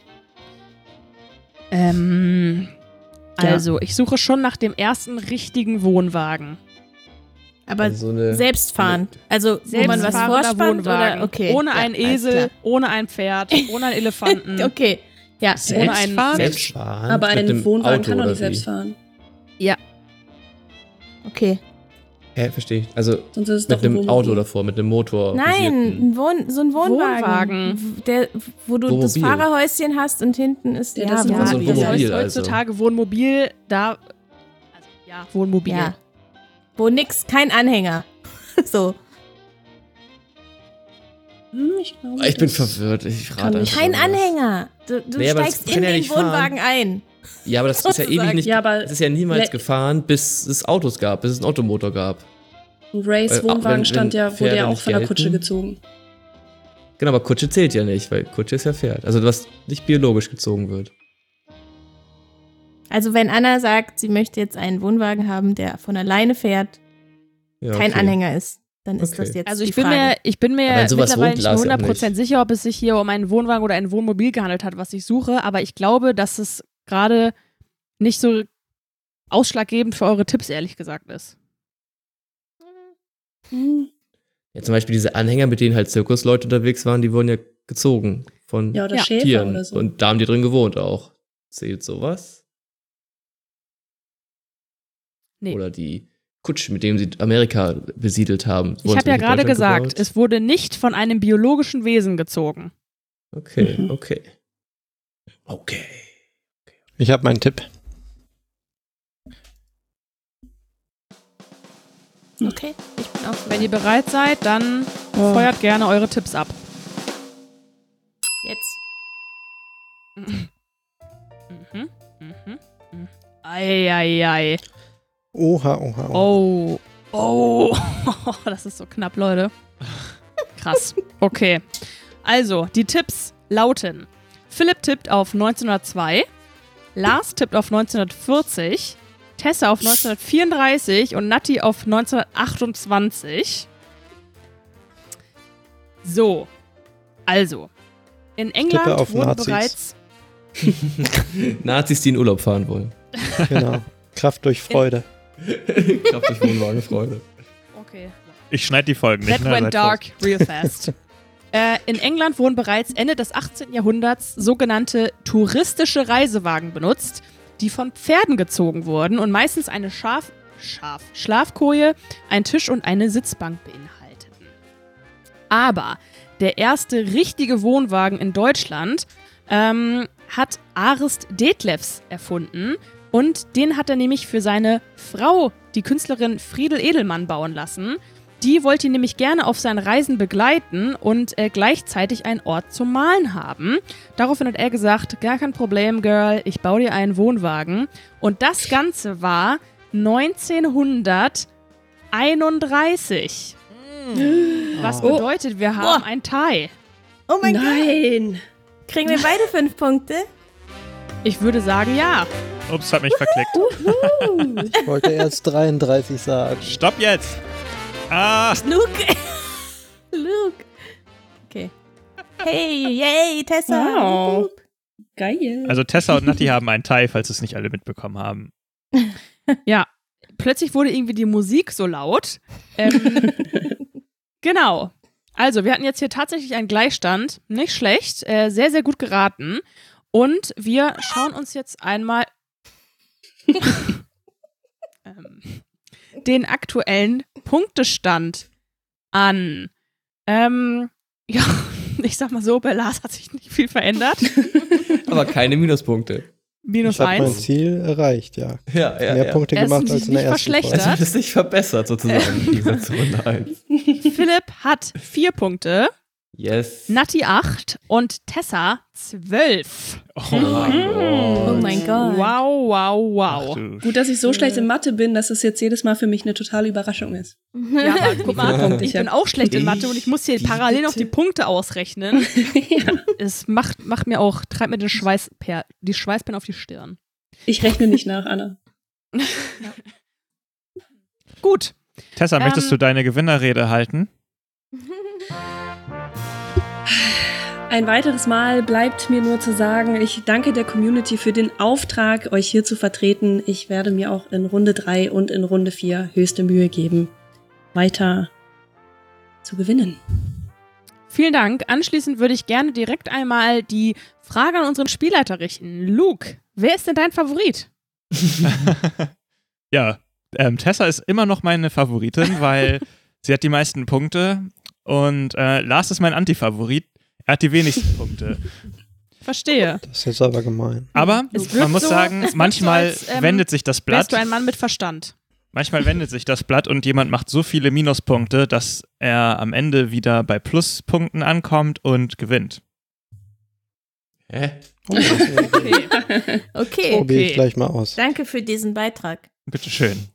Also, ich suche schon nach dem ersten richtigen Wohnwagen. Aber also so eine, selbst fahren. Also, wo man was Selbstfahrender vorspannt Wohnwagen. oder? Okay. Ohne Ja, einen alles Esel, klar. ohne ein Pferd, ohne einen Elefanten. Okay. Ja. Ohne einen Selbstfahren? selbst fahren. Aber mit ein dem Wohnwagen Auto kann doch oder nicht wie? selbst fahren. Okay. Hä, verstehe ich. Also Sonst ist es mit doch ein einem Wohnmobil. Auto davor, mit einem Motor. Nein, so ein Wohnwagen. Wohnwagen. Wo du das Wohnmobil. Fahrerhäuschen hast und hinten ist Ja, das ist Ja, Also ein das Wohnmobil, heißt heutzutage Wohnmobil, also, ja, Wohnmobil. Ja. Wo nix, kein Anhänger. So. Ich glaube, Ich bin das- verwirrt. Ich kann rate nicht. einfach Kein mal was. Anhänger. Du Nee, aber steigst das in kann ja den nicht fahren. Wohnwagen ein. Ja, aber das ist ja Sozusagen. ewig nicht. Ja, aber Das ist ja niemals Le- gefahren, bis es Autos gab, bis es einen Automotor gab. Rays Auch Wohnwagen wenn stand ja, wurde Pferde ja auch nicht von der gelten. Kutsche gezogen. Genau, aber Kutsche zählt ja nicht, weil Kutsche ist ja Pferd. Also was nicht biologisch gezogen wird. Also wenn Anna sagt, sie möchte jetzt einen Wohnwagen haben, der von alleine fährt, Ja, kein okay. Anhänger ist, dann ist Okay. das jetzt Also die ich bin Frage. mir Aber in sowas mittlerweile wohnt nicht Lars ja 100% sicher, ob es sich hier um einen Wohnwagen oder ein Wohnmobil gehandelt hat, was ich suche, aber ich glaube, dass es gerade nicht so ausschlaggebend für eure Tipps, ehrlich gesagt, ist. Ja, zum Beispiel diese Anhänger, mit denen halt Zirkusleute unterwegs waren, die wurden ja gezogen von Ja, oder Ja. Schäfer Tieren. oder so. Und da haben die drin gewohnt auch. Zählt sowas? Nee. Oder die Kutsche, mit denen sie Amerika besiedelt haben. Ich Wurden habe ja sie nicht in gerade Deutschland gesagt, gebaut? es wurde nicht von einem biologischen Wesen gezogen. Okay, Mhm. okay. Okay. Ich habe meinen Tipp. Okay, ich bin auch so. Wenn ihr bereit seid, dann Oh. feuert gerne eure Tipps ab. Jetzt. Eieiei. Oha, oha, oha. Oh. Oh. Das ist so knapp, Leute. Krass. Okay. Also, die Tipps lauten: Philipp tippt auf 1902, Lars tippt auf 1940, Tessa auf 1934 und Natti auf 1928. So. Also. In England tippe auf wurden Nazis. bereits. Nazis, die in Urlaub fahren wollen. Genau. Kraft durch Freude. Kraft durch Wohnwagenfreude. Okay. Ich schneide die Folgen nicht. That ne? went Seid dark real fast. In England wurden bereits Ende des 18. Jahrhunderts sogenannte touristische Reisewagen benutzt, die von Pferden gezogen wurden und meistens eine Schlafkoje, ein Tisch und eine Sitzbank beinhalteten. Aber der erste richtige Wohnwagen in Deutschland hat Arist Detlefs erfunden. Und den hat er nämlich für seine Frau, die Künstlerin Friedel Edelmann, bauen lassen. Die wollte ihn nämlich gerne auf seinen Reisen begleiten und gleichzeitig einen Ort zum Malen haben. Daraufhin hat er gesagt, gar kein Problem, Girl, ich baue dir einen Wohnwagen. Und das Ganze war 1931. Was bedeutet, wir haben ein Tie. Oh mein Gott. Nein! Kriegen wir beide 5 Punkte? Ich würde sagen, ja. Ups, hat mich verklickt. Ich wollte erst 33 sagen. Stopp jetzt! Ah! Luke. Luke. Okay. Hey, yay, Tessa. Wow. Wup, wup. Geil. Also Tessa und Natti haben einen Tie, falls es nicht alle mitbekommen haben. Ja, plötzlich wurde irgendwie die Musik so laut. Genau. Also, wir hatten jetzt hier tatsächlich einen Gleichstand. Nicht schlecht. Sehr, sehr gut geraten. Und wir schauen uns jetzt einmal den aktuellen Punktestand an. Ja, ich sag mal so, bei Lars hat sich nicht viel verändert. Aber keine Minuspunkte. Minus Ich habe mein 1. Ziel erreicht, ja. Ja, ja, Mehr ja. Punkte Er ist gemacht als in der nicht ersten Folge. verschlechtert. Also das ist nicht verbessert sozusagen im Gegensatz zu Runde 1. Philipp hat 4 Punkte. Yes. Natti 8 und Tessa 12. Oh mein Gott. Oh mein Gott. Wow, wow, wow. Gut, dass ich so schlecht in Mathe bin, dass es jetzt jedes Mal für mich eine totale Überraschung ist. Ja, aber guck mal, ich bin auch schlecht in Mathe und ich muss hier parallel noch die Punkte ausrechnen. Ja. Es treibt mir die Schweißperlen auf die Stirn. Ich rechne nicht nach, Anna. Gut. Tessa, möchtest du deine Gewinnerrede halten? Ein weiteres Mal bleibt mir nur zu sagen, ich danke der Community für den Auftrag, euch hier zu vertreten. Ich werde mir auch in Runde 3 und in Runde 4 höchste Mühe geben, weiter zu gewinnen. Vielen Dank. Anschließend würde ich gerne direkt einmal die Frage an unseren Spielleiter richten. Luke, wer ist denn dein Favorit? Ja, Tessa ist immer noch meine Favoritin, weil sie hat die meisten Punkte und Lars ist mein Antifavorit. Er hat die wenigsten Punkte. Verstehe. Das ist jetzt aber gemein. Aber man muss sagen, manchmal wendet sich das Blatt. Wärst du ein Mann mit Verstand? Manchmal wendet sich das Blatt und jemand macht so viele Minuspunkte, dass er am Ende wieder bei Pluspunkten ankommt und gewinnt. Hä? Okay. Probiere ich gleich mal aus. Danke für diesen Beitrag. Bitteschön.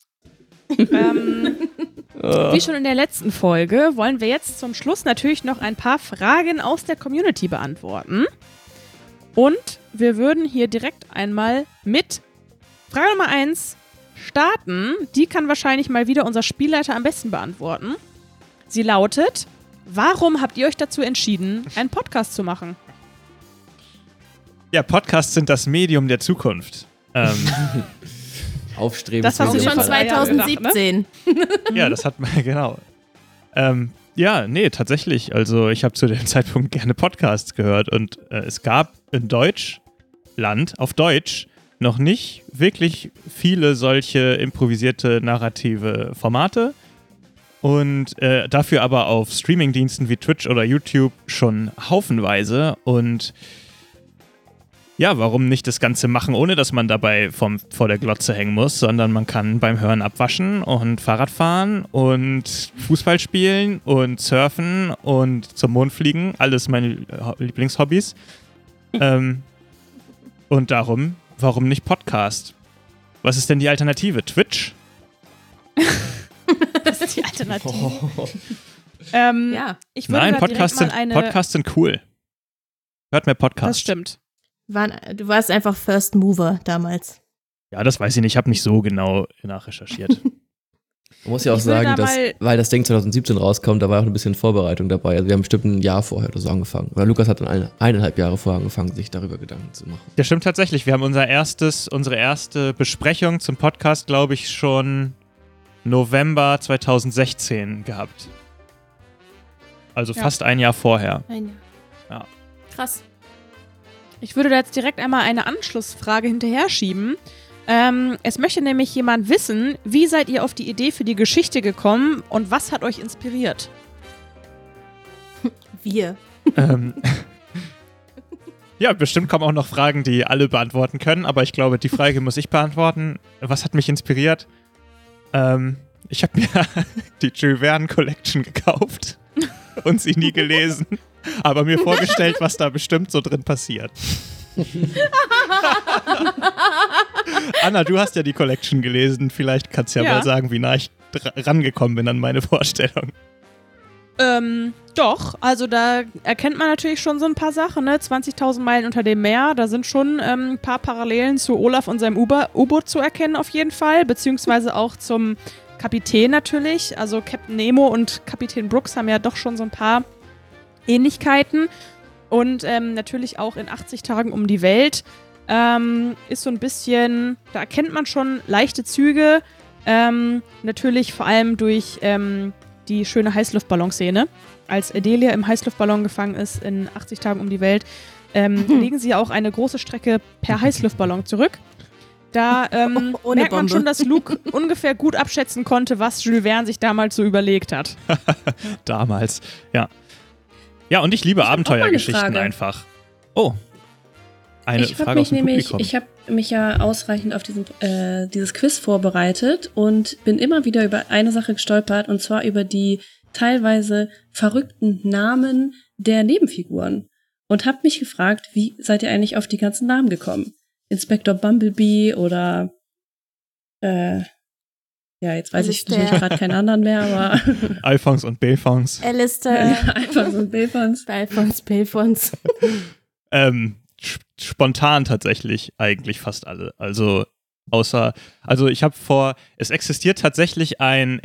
Wie schon in der letzten Folge wollen wir jetzt zum Schluss natürlich noch ein paar Fragen aus der Community beantworten. Und wir würden hier direkt einmal mit Frage Nummer 1 starten. Die kann wahrscheinlich mal wieder unser Spielleiter am besten beantworten. Sie lautet: Warum habt ihr euch dazu entschieden, einen Podcast zu machen? Ja, Podcasts sind das Medium der Zukunft. Aufstreben. Das hast du Schon Fall 2017. Ja, das hat man, genau. Ja, nee, tatsächlich. Also ich habe zu dem Zeitpunkt gerne Podcasts gehört und es gab in Deutschland, auf Deutsch, noch nicht wirklich viele solche improvisierte narrative Formate und dafür aber auf Streamingdiensten wie Twitch oder YouTube schon haufenweise und ja, warum nicht das Ganze machen, ohne dass man dabei vor der Glotze hängen muss, sondern man kann beim Hören abwaschen und Fahrrad fahren und Fußball spielen und surfen und zum Mond fliegen. Alles meine Lieblingshobbys. Und darum, warum nicht Podcast? Was ist denn die Alternative? Twitch? Das ist die Alternative. Ja. Ich würde Nein, da Podcasts sind cool. Hört mehr Podcasts. Das stimmt. Du warst einfach First Mover damals. Ja, das weiß ich nicht. Ich habe nicht so genau nachrecherchiert. Man muss ja auch Ich will sagen, da dass, mal- weil das Ding 2017 rauskommt, da war auch ein bisschen Vorbereitung dabei. Also wir haben bestimmt ein Jahr vorher oder so angefangen. Oder Lukas hat dann 1,5 Jahre vorher angefangen, sich darüber Gedanken zu machen. Ja, stimmt tatsächlich. Wir haben unsere erste Besprechung zum Podcast, glaube ich, schon November 2016 gehabt. Also Ja. fast ein Jahr vorher. Ein Jahr. Ja. Krass. Ich würde da jetzt direkt einmal eine Anschlussfrage hinterher schieben. Es möchte nämlich jemand wissen, wie seid ihr auf die Idee für die Geschichte gekommen und was hat euch inspiriert? Wir. Ja, bestimmt kommen auch noch Fragen, die alle beantworten können, aber ich glaube, die Frage muss ich beantworten. Was hat mich inspiriert? Ich habe mir die Jules Verne Collection gekauft und sie nie gelesen, aber mir vorgestellt, was da bestimmt so drin passiert. Anna, du hast ja die Collection gelesen. Vielleicht kannst du ja mal sagen, wie nah ich rangekommen bin an meine Vorstellung. Doch, also da erkennt man natürlich schon so ein paar Sachen, ne? 20.000 Meilen unter dem Meer, da sind schon ein paar Parallelen zu Olaf und seinem U-Boot zu erkennen auf jeden Fall, beziehungsweise auch zum Kapitän natürlich. Also Captain Nemo und Kapitän Brooks haben ja doch schon so ein paar Ähnlichkeiten. Und natürlich auch in 80 Tagen um die Welt ist so ein bisschen, da erkennt man schon leichte Züge. Natürlich vor allem durch die schöne Heißluftballon-Szene. Als Adelia im Heißluftballon gefangen ist in 80 Tagen um die Welt, legen sie ja auch eine große Strecke per Heißluftballon zurück. Da merkt man schon, dass Luke ungefähr gut abschätzen konnte, was Jules Verne sich damals so überlegt hat. Damals, ja. Ja, und ich liebe Abenteuergeschichten einfach. Oh. Eine Frage aus dem Publikum. Ich habe mich ja ausreichend auf dieses Quiz vorbereitet und bin immer wieder über eine Sache gestolpert, und zwar über die teilweise verrückten Namen der Nebenfiguren und habe mich gefragt, wie seid ihr eigentlich auf die ganzen Namen gekommen? Inspektor Bumblebee oder jetzt weiß ich natürlich gerade keinen anderen mehr, aber Alphonse und Belphonse. Alistair. Alphonse und Belphonse. Belphonse. Spontan tatsächlich eigentlich fast alle. Also es existiert tatsächlich ein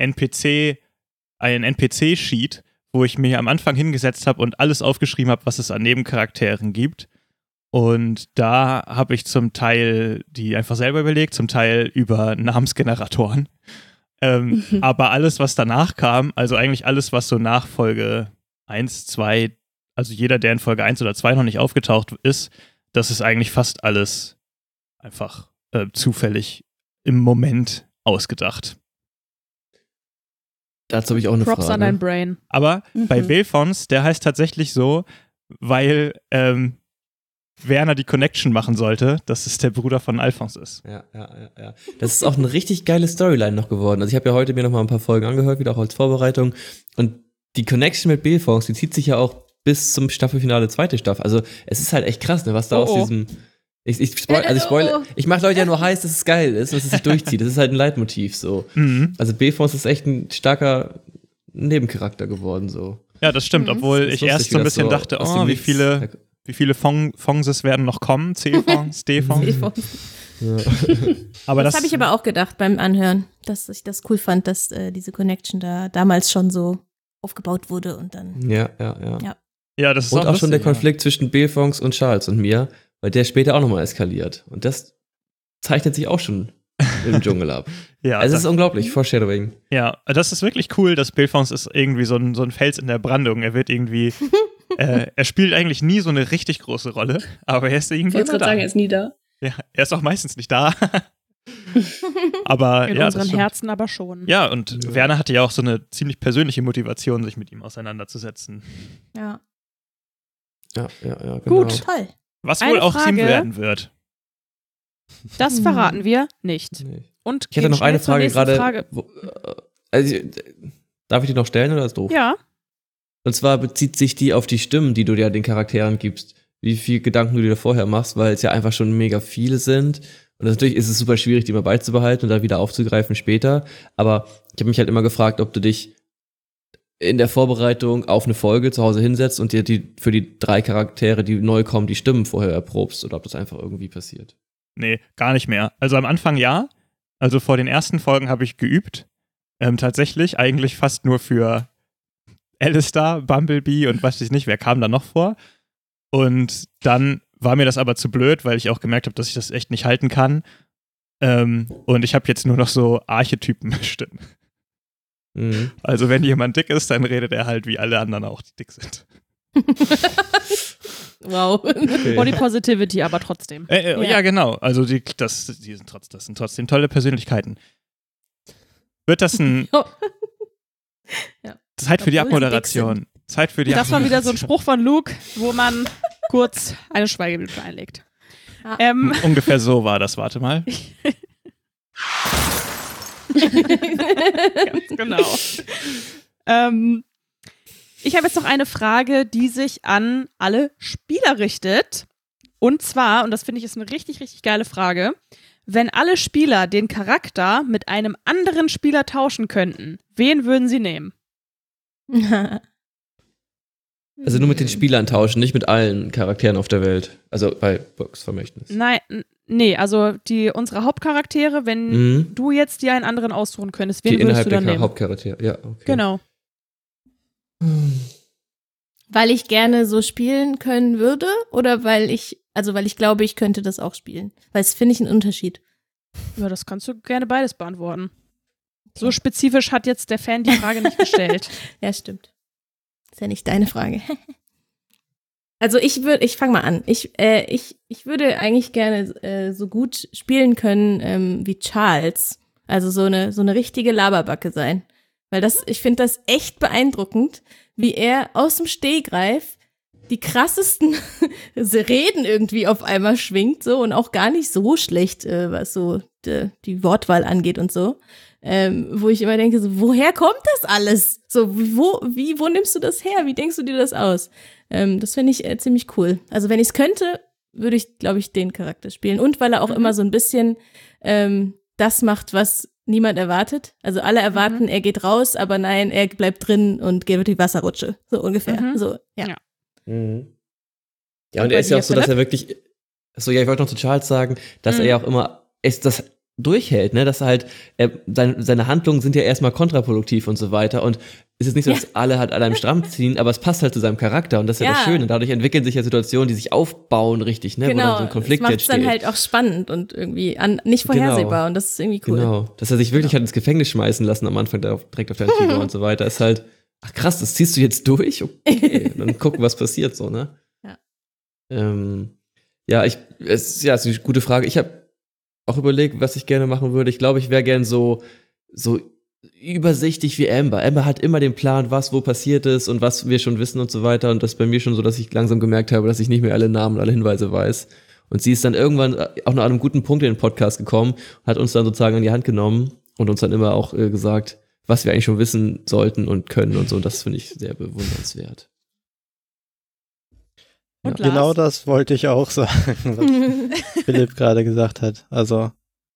NPC-Sheet, wo ich mir am Anfang hingesetzt habe und alles aufgeschrieben habe, was es an Nebencharakteren gibt. Und da habe ich zum Teil die einfach selber überlegt, zum Teil über Namensgeneratoren. Aber alles, was danach kam, also eigentlich alles, was so nach Folge 1, 2, also jeder, der in Folge 1 oder 2 noch nicht aufgetaucht ist, das ist eigentlich fast alles einfach zufällig im Moment ausgedacht. Dazu habe ich auch eine Props Frage. an dein Brain. Aber bei Belphonse, der heißt tatsächlich so, weil Werner die Connection machen sollte, dass es der Bruder von Alphonse ist. Ja. Das ist auch eine richtig geile Storyline noch geworden. Also ich habe ja heute mir noch mal ein paar Folgen angehört, wieder auch als Vorbereitung. Und die Connection mit Belphonse, die zieht sich ja auch bis zum Staffelfinale 2. Staffel. Also es ist halt echt krass, ne, was da aus diesem... Ich mache Leute ja nur heiß, dass es geil ist, dass es sich durchzieht. Das ist halt ein Leitmotiv so. Mhm. Also Belphonse ist echt ein starker Nebencharakter geworden so. Ja, das stimmt, obwohl Das ist ich lustig, erst so ein wie das bisschen so dachte, aus dem wie Nichts- viele Fonses werden noch kommen? C-Fonds, D-Fonds? Aber Das habe ich aber auch gedacht beim Anhören, dass ich das cool fand, dass diese Connection da damals schon so aufgebaut wurde und dann. Ja. Ja, das ist Und auch schon der lustig, Konflikt zwischen Belphonse und Charles und mir, weil der später auch nochmal eskaliert. Und das zeichnet sich auch schon im Dschungel ab. Ja, Also es ist unglaublich, Foreshadowing. Ja, das ist wirklich cool, dass Belphonse ist irgendwie so ein Fels in der Brandung. Er wird irgendwie, er spielt eigentlich nie so eine richtig große Rolle, aber er ist Ich irgendwie wollte immer gerade da. sagen, er ist nie da. Ja, er ist auch meistens nicht da. Aber In ja, unseren das stimmt. Herzen aber schon. Ja, und Werner hatte ja auch so eine ziemlich persönliche Motivation, sich mit ihm auseinanderzusetzen. Ja. Ja, genau. Gut. Toll. Was Eine wohl auch Frage. Sim werden wird. Das verraten wir nicht. Nee. Und Ich hätte gehen noch eine schnell zur Frage nächsten gerade. Darf ich die noch stellen oder ist doof? Ja. Und zwar bezieht sich die auf die Stimmen, die du dir den Charakteren gibst. Wie viel Gedanken du dir vorher machst, weil es ja einfach schon mega viele sind. Und natürlich ist es super schwierig, die mal beizubehalten und dann wieder aufzugreifen später. Aber ich habe mich halt immer gefragt, ob du dich in der Vorbereitung auf eine Folge zu Hause hinsetzt und dir für die 3 Charaktere, die neu kommen, die Stimmen vorher erprobst oder ob das einfach irgendwie passiert. Nee, gar nicht mehr. Also am Anfang ja. Also vor den ersten Folgen habe ich geübt. Tatsächlich eigentlich fast nur für Alistair, Bumblebee und weiß ich nicht, wer kam da noch vor. Und dann war mir das aber zu blöd, weil ich auch gemerkt habe, dass ich das echt nicht halten kann. Und ich habe jetzt nur noch so Archetypen-Stimmen. Mhm. Also wenn jemand dick ist, dann redet er halt wie alle anderen auch, die dick sind. Wow. Okay. Body Positivity, aber trotzdem. Ja, genau. Also das sind trotzdem tolle Persönlichkeiten. Wird das ein Ja. Zeit für die Obwohl sie dick Abmoderation. Zeit für die Das war wieder so ein Abmoderation. Spruch von Luke, wo man kurz eine Schweigeminute einlegt. Ja. Ungefähr so war das, warte mal. Ganz genau. Ich habe jetzt noch eine Frage, die sich an alle Spieler richtet. Und zwar, und das finde ich ist eine richtig, richtig geile Frage, wenn alle Spieler den Charakter mit einem anderen Spieler tauschen könnten, wen würden sie nehmen? Also nur mit den Spielern tauschen, nicht mit allen Charakteren auf der Welt. Also bei Boxvermächtnis. Nein, nee, also unsere Hauptcharaktere, wenn du jetzt dir einen anderen aussuchen könntest, wen Die würdest innerhalb du der dann nehmen? Hauptcharaktere, ja, okay. Genau. Weil ich gerne so spielen können würde oder weil ich glaube, ich könnte das auch spielen? Weil es finde ich einen Unterschied. Ja, das kannst du gerne beides beantworten. So spezifisch hat jetzt der Fan die Frage nicht gestellt. Ja, stimmt. Ist ja nicht deine Frage. Also ich fange mal an. Ich würde eigentlich gerne so gut spielen können wie Charles. Also so eine richtige Laberbacke sein. Weil ich finde das echt beeindruckend, wie er aus dem Stegreif die krassesten Reden irgendwie auf einmal schwingt so und auch gar nicht so schlecht, was so die Wortwahl angeht und so. wo ich immer denke, so, woher kommt das alles? So, wo nimmst du das her? Wie denkst du dir das aus? Das finde ich ziemlich cool. Also wenn ich es könnte, würde ich, glaube ich, den Charakter spielen. Und weil er auch immer so ein bisschen das macht, was niemand erwartet. Also alle erwarten, er geht raus, aber nein, er bleibt drin und geht durch die Wasserrutsche. So ungefähr. So, ja. Ja, und er ist ja auch so, dass er wirklich, ich wollte noch zu Charles sagen, dass er ja auch immer das durchhält, ne, dass er halt, seine Handlungen sind ja erstmal kontraproduktiv und so weiter und es ist nicht so, dass alle halt an einem Stramm ziehen, aber es passt halt zu seinem Charakter und das ist ja das Schöne. Dadurch entwickeln sich ja Situationen, die sich aufbauen richtig, ne, wo dann so ein Konflikt entsteht. Das macht dann halt auch spannend und irgendwie nicht vorhersehbar und das ist irgendwie cool. Genau, dass er sich wirklich hat ins Gefängnis schmeißen lassen am Anfang direkt auf der Antigua und so weiter, ist halt, ach krass, das ziehst du jetzt durch? Okay, dann gucken, was passiert so, ne? Es ist eine gute Frage. Ich habe auch überlegt, was ich gerne machen würde. Ich glaube, ich wäre gern so übersichtlich wie Amber. Amber hat immer den Plan, was wo passiert ist und was wir schon wissen und so weiter. Und das ist bei mir schon so, dass ich langsam gemerkt habe, dass ich nicht mehr alle Namen und alle Hinweise weiß. Und sie ist dann irgendwann auch noch an einem guten Punkt in den Podcast gekommen und hat uns dann sozusagen an die Hand genommen und uns dann immer auch gesagt, was wir eigentlich schon wissen sollten und können und so. Und das finde ich sehr bewundernswert. Und Genau das wollte ich auch sagen, was Philipp gerade gesagt hat. Also,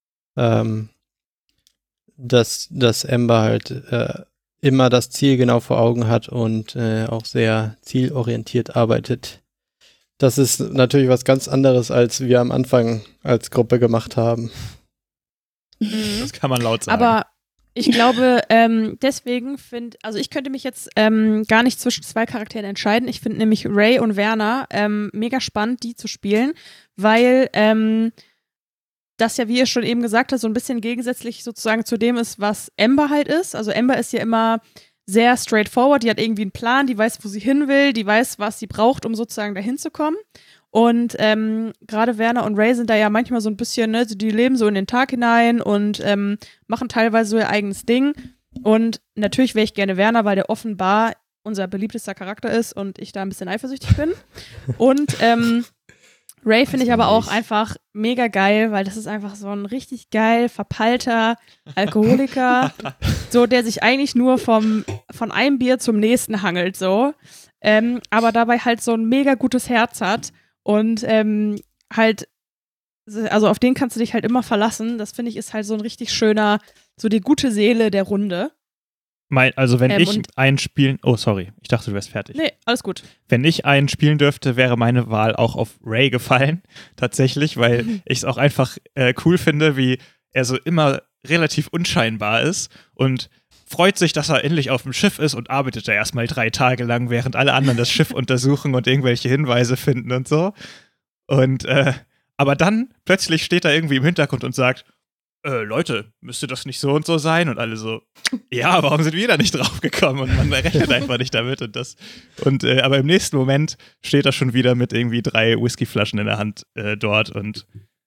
dass Amber halt immer das Ziel genau vor Augen hat und auch sehr zielorientiert arbeitet. Das ist natürlich was ganz anderes, als wir am Anfang als Gruppe gemacht haben. Das kann man laut sagen. Aber ich glaube, deswegen also ich könnte mich jetzt gar nicht zwischen zwei Charakteren entscheiden. Ich finde nämlich Ray und Werner mega spannend, die zu spielen, weil das ja, wie ihr schon eben gesagt habt, so ein bisschen gegensätzlich sozusagen zu dem ist, was Amber halt ist. Also Amber ist ja immer sehr straightforward, die hat irgendwie einen Plan, die weiß, wo sie hin will, die weiß, was sie braucht, um sozusagen dahin zu kommen. Und gerade Werner und Ray sind da ja manchmal so ein bisschen, ne, die leben so in den Tag hinein und machen teilweise so ihr eigenes Ding. Und natürlich wäre ich gerne Werner, weil der offenbar unser beliebtester Charakter ist und ich da ein bisschen eifersüchtig bin. Und Ray finde ich aber auch einfach mega geil, weil das ist einfach so ein richtig geil verpeilter Alkoholiker, so der sich eigentlich nur von einem Bier zum nächsten hangelt, so. Aber dabei halt so ein mega gutes Herz hat. Und halt, also auf den kannst du dich halt immer verlassen. Das finde ich ist halt so ein richtig schöner, so die gute Seele der Runde. Also wenn ich einen spielen, oh sorry, ich dachte du wärst fertig. Nee, alles gut. Wenn ich einen spielen dürfte, wäre meine Wahl auch auf Ray gefallen, tatsächlich, weil ich es auch einfach cool finde, wie er so immer relativ unscheinbar ist und freut sich, dass er endlich auf dem Schiff ist und arbeitet da erstmal 3 Tage lang, während alle anderen das Schiff untersuchen und irgendwelche Hinweise finden und so. Und aber dann plötzlich steht er irgendwie im Hintergrund und sagt, Leute, müsste das nicht so und so sein? Und alle so, ja, warum sind wir da nicht drauf gekommen? Und man rechnet einfach nicht damit aber im nächsten Moment steht er schon wieder mit irgendwie 3 Whiskyflaschen in der Hand dort und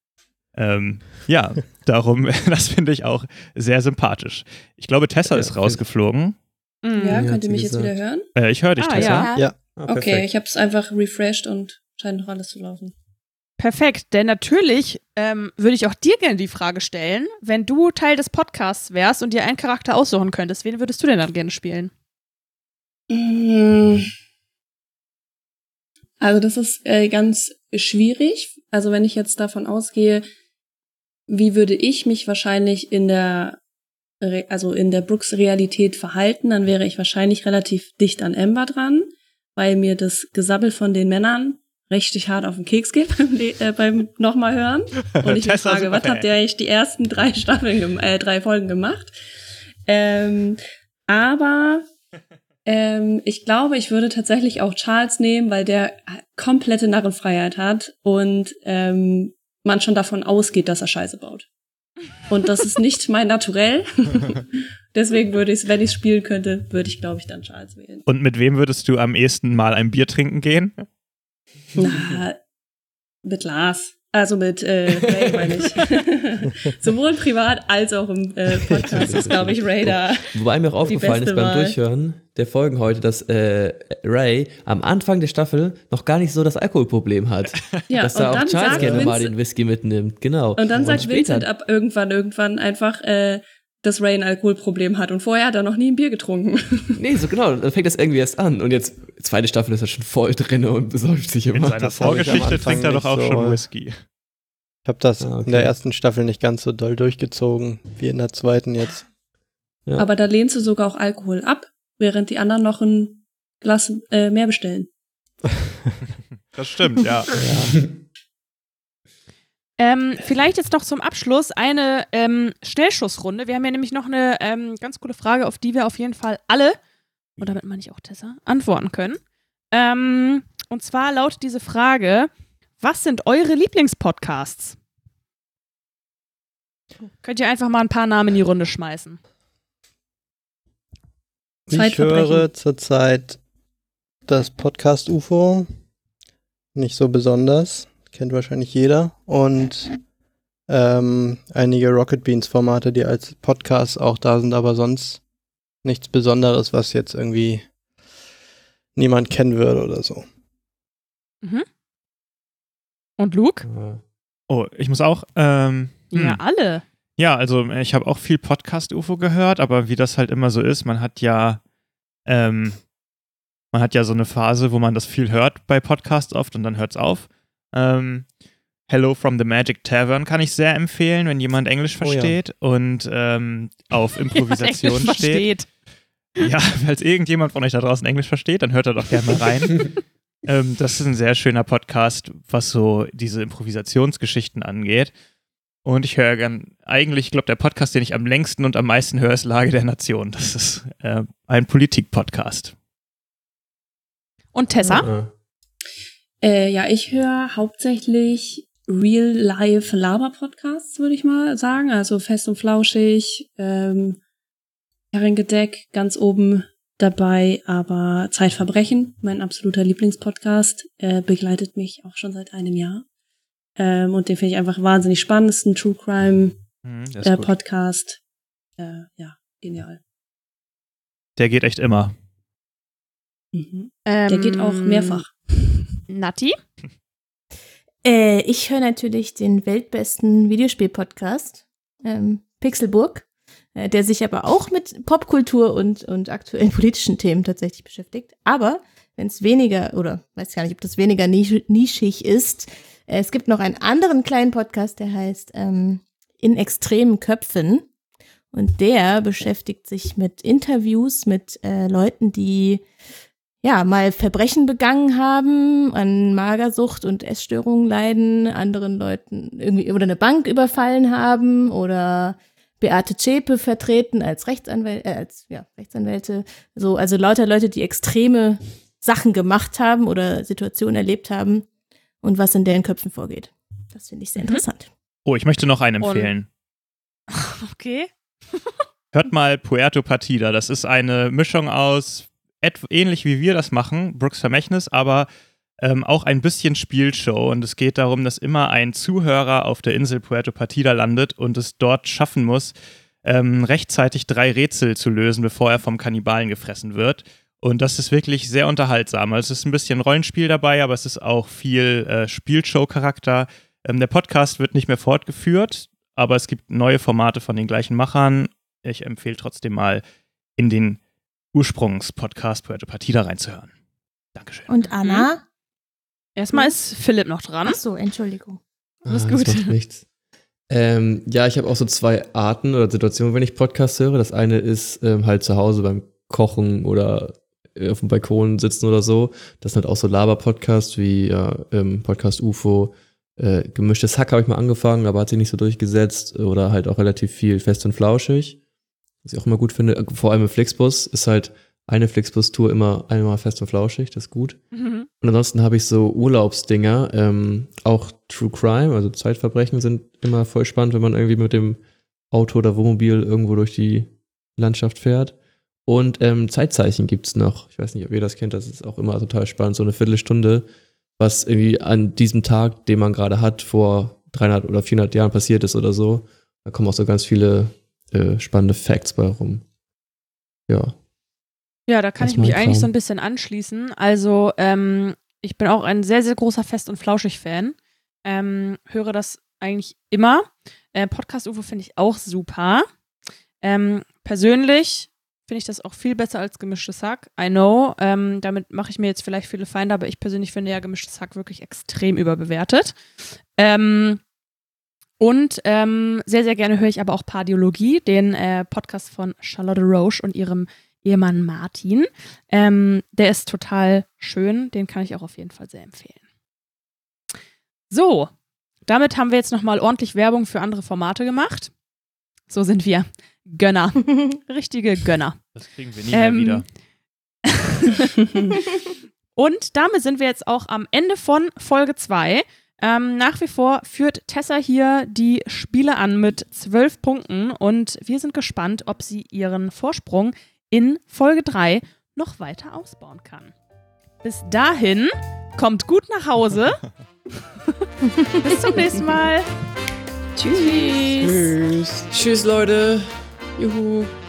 darum, das finde ich auch sehr sympathisch. Ich glaube, Tessa ist rausgeflogen. Ja, könnt ihr mich jetzt wieder hören? Ich höre dich, Tessa. Ja. Okay, ich habe es einfach refreshed und scheint noch alles zu laufen. Perfekt, denn natürlich würde ich auch dir gerne die Frage stellen, wenn du Teil des Podcasts wärst und dir einen Charakter aussuchen könntest, wen würdest du denn dann gerne spielen? Also das ist ganz schwierig. Also wenn ich jetzt davon ausgehe, wie würde ich mich wahrscheinlich in der Brooks-Realität verhalten, dann wäre ich wahrscheinlich relativ dicht an Amber dran, weil mir das Gesabbel von den Männern richtig hart auf den Keks geht beim nochmal hören. Und ich mich frage, was habt ihr eigentlich die ersten 3 Folgen gemacht? Aber ich glaube, ich würde tatsächlich auch Charles nehmen, weil der komplette Narrenfreiheit hat und man schon davon ausgeht, dass er Scheiße baut. Und das ist nicht mein Naturell. Deswegen würde ich, wenn ich spielen könnte, würde ich, glaube ich, dann Charles wählen. Und mit wem würdest du am ehesten mal ein Bier trinken gehen? Na, mit Lars. Also mit Ray, meine ich. Sowohl privat als auch im Podcast ist, glaube ich, Ray da. Wobei mir auch aufgefallen ist beim Durchhören der Folgen heute, dass Ray am Anfang der Staffel noch gar nicht so das Alkoholproblem hat. Ja, dass da auch Charles gerne mal den Whisky mitnimmt, genau. Und dann sagt Vincent ab irgendwann einfach, dass Ray ein Alkoholproblem hat und vorher hat er noch nie ein Bier getrunken. Nee, so genau, dann fängt das irgendwie erst an. Und jetzt, zweite Staffel ist er schon voll drin und besäuft sich immer. In seiner das hab ich am Vorgeschichte Anfang trinkt er doch nicht auch so- schon Whisky. Ich habe das Ah, okay. in der ersten Staffel nicht ganz so doll durchgezogen wie in der zweiten jetzt. Ja. Aber da lehnst du sogar auch Alkohol ab, während die anderen noch ein Glas mehr bestellen. Das stimmt, ja. Vielleicht jetzt noch zum Abschluss eine Schnellschussrunde. Wir haben ja nämlich noch eine ganz coole Frage, auf die wir auf jeden Fall alle, und damit meine ich auch Tessa, antworten können. Und zwar lautet diese Frage: Was sind eure Lieblingspodcasts? Könnt ihr einfach mal ein paar Namen in die Runde schmeißen? Ich Zeitverbrechen. höre zurzeit das Podcast UFO. Nicht so besonders. Kennt wahrscheinlich jeder. Und einige Rocket Beans Formate, die als Podcast auch da sind, aber sonst nichts Besonderes, was jetzt irgendwie niemand kennen würde oder so. Und Luke? Oh, ich muss auch. Ja, alle. Ja, also ich habe auch viel Podcast-UFO gehört, aber wie das halt immer so ist, man hat ja so eine Phase, wo man das viel hört bei Podcasts oft und dann hört's auf. Hello from the Magic Tavern kann ich sehr empfehlen, wenn jemand Englisch Oh ja. versteht und auf Improvisation Englisch steht. Ja, falls irgendjemand von euch da draußen Englisch versteht, dann hört er doch gerne mal rein. Das ist ein sehr schöner Podcast, was so diese Improvisationsgeschichten angeht. Und ich höre gern, eigentlich, ich glaube, der Podcast, den ich am längsten und am meisten höre, ist Lage der Nation. Das ist ein Politik-Podcast. Und Tessa? Ja, ich höre hauptsächlich Real-Life-Laber-Podcasts, würde ich mal sagen. Also Fest und Flauschig, Herrengedeck ganz oben dabei, aber Zeitverbrechen, mein absoluter Lieblingspodcast, begleitet mich auch schon seit einem Jahr. Und den finde ich einfach wahnsinnig spannend. Das ist ein True Crime Der ist gut. Podcast. Ja, genial. Der geht echt immer. Mhm. Der geht auch mehrfach. Nati? Ich höre natürlich den weltbesten Videospiel-Podcast, Pixelburg, der sich aber auch mit Popkultur und aktuellen politischen Themen tatsächlich beschäftigt. Aber wenn es weniger, oder weiß gar nicht, ob das weniger nischig ist, es gibt noch einen anderen kleinen Podcast, der heißt In extremen Köpfen. Und der beschäftigt sich mit Interviews mit Leuten, die ja mal Verbrechen begangen haben, an Magersucht und Essstörungen leiden, anderen Leuten irgendwie oder eine Bank überfallen haben oder Beate Zschäpe vertreten als Rechtsanwälte. So, also lauter Leute, die extreme Sachen gemacht haben oder Situationen erlebt haben und was in deren Köpfen vorgeht. Das finde ich sehr interessant. Oh, ich möchte noch einen empfehlen. Okay. Hört mal Puerto Partida. Das ist eine Mischung aus, ähnlich wie wir das machen, Brooks Vermächtnis, aber auch ein bisschen Spielshow. Und es geht darum, dass immer ein Zuhörer auf der Insel Puerto Partida landet und es dort schaffen muss, rechtzeitig 3 Rätsel zu lösen, bevor er vom Kannibalen gefressen wird. Und das ist wirklich sehr unterhaltsam. Also es ist ein bisschen Rollenspiel dabei, aber es ist auch viel Spielshow-Charakter. Der Podcast wird nicht mehr fortgeführt, aber es gibt neue Formate von den gleichen Machern. Ich empfehle trotzdem mal, in den Ursprungspodcast Puerto Partida reinzuhören. Dankeschön. Und Anna? Erstmal ist Philipp noch dran. Ach so, Entschuldigung. Alles Das gut. macht nichts. Ja, ich habe auch so 2 Arten oder Situationen, wenn ich Podcasts höre. Das eine ist halt zu Hause beim Kochen oder auf dem Balkon sitzen oder so. Das sind halt auch so Laber-Podcasts wie Podcast UFO. Gemischtes Hack habe ich mal angefangen, aber hat sich nicht so durchgesetzt. Oder halt auch relativ viel Fest und Flauschig. Was ich auch immer gut finde, vor allem im Flixbus, ist halt eine Flixbus-Tour immer einmal Fest und Flauschig, das ist gut. Mhm. Und ansonsten habe ich so Urlaubsdinger, auch True Crime, also Zeitverbrechen sind immer voll spannend, wenn man irgendwie mit dem Auto oder Wohnmobil irgendwo durch die Landschaft fährt. Und Zeitzeichen gibt's noch. Ich weiß nicht, ob ihr das kennt, das ist auch immer total spannend, so eine Viertelstunde, was irgendwie an diesem Tag, den man gerade hat, vor 300 oder 400 Jahren passiert ist oder so. Da kommen auch so ganz viele spannende Facts bei rum. Ja. Ja, da kann Das ich ist mich mein eigentlich so Kram. ein bisschen anschließen. Also, ich bin auch ein sehr, sehr großer Fest- und Flauschig-Fan. Höre das eigentlich immer. Podcast UFO finde ich auch super. Persönlich finde ich das auch viel besser als gemischtes Hack. I know, damit mache ich mir jetzt vielleicht viele Feinde, aber ich persönlich finde ja gemischtes Hack wirklich extrem überbewertet. Sehr, sehr gerne höre ich aber auch Pardiologie, den Podcast von Charlotte Roche und ihrem Ehemann Martin. Der ist total schön, den kann ich auch auf jeden Fall sehr empfehlen. So, damit haben wir jetzt nochmal ordentlich Werbung für andere Formate gemacht. So sind wir. Gönner. Richtige Gönner. Das kriegen wir nie mehr wieder. Und damit sind wir jetzt auch am Ende von Folge 2. Nach wie vor führt Tessa hier die Spiele an mit 12 Punkten und wir sind gespannt, ob sie ihren Vorsprung in Folge 3 noch weiter ausbauen kann. Bis dahin, kommt gut nach Hause. Bis zum nächsten Mal. Tschüss. Tschüss, Leute. Juhu.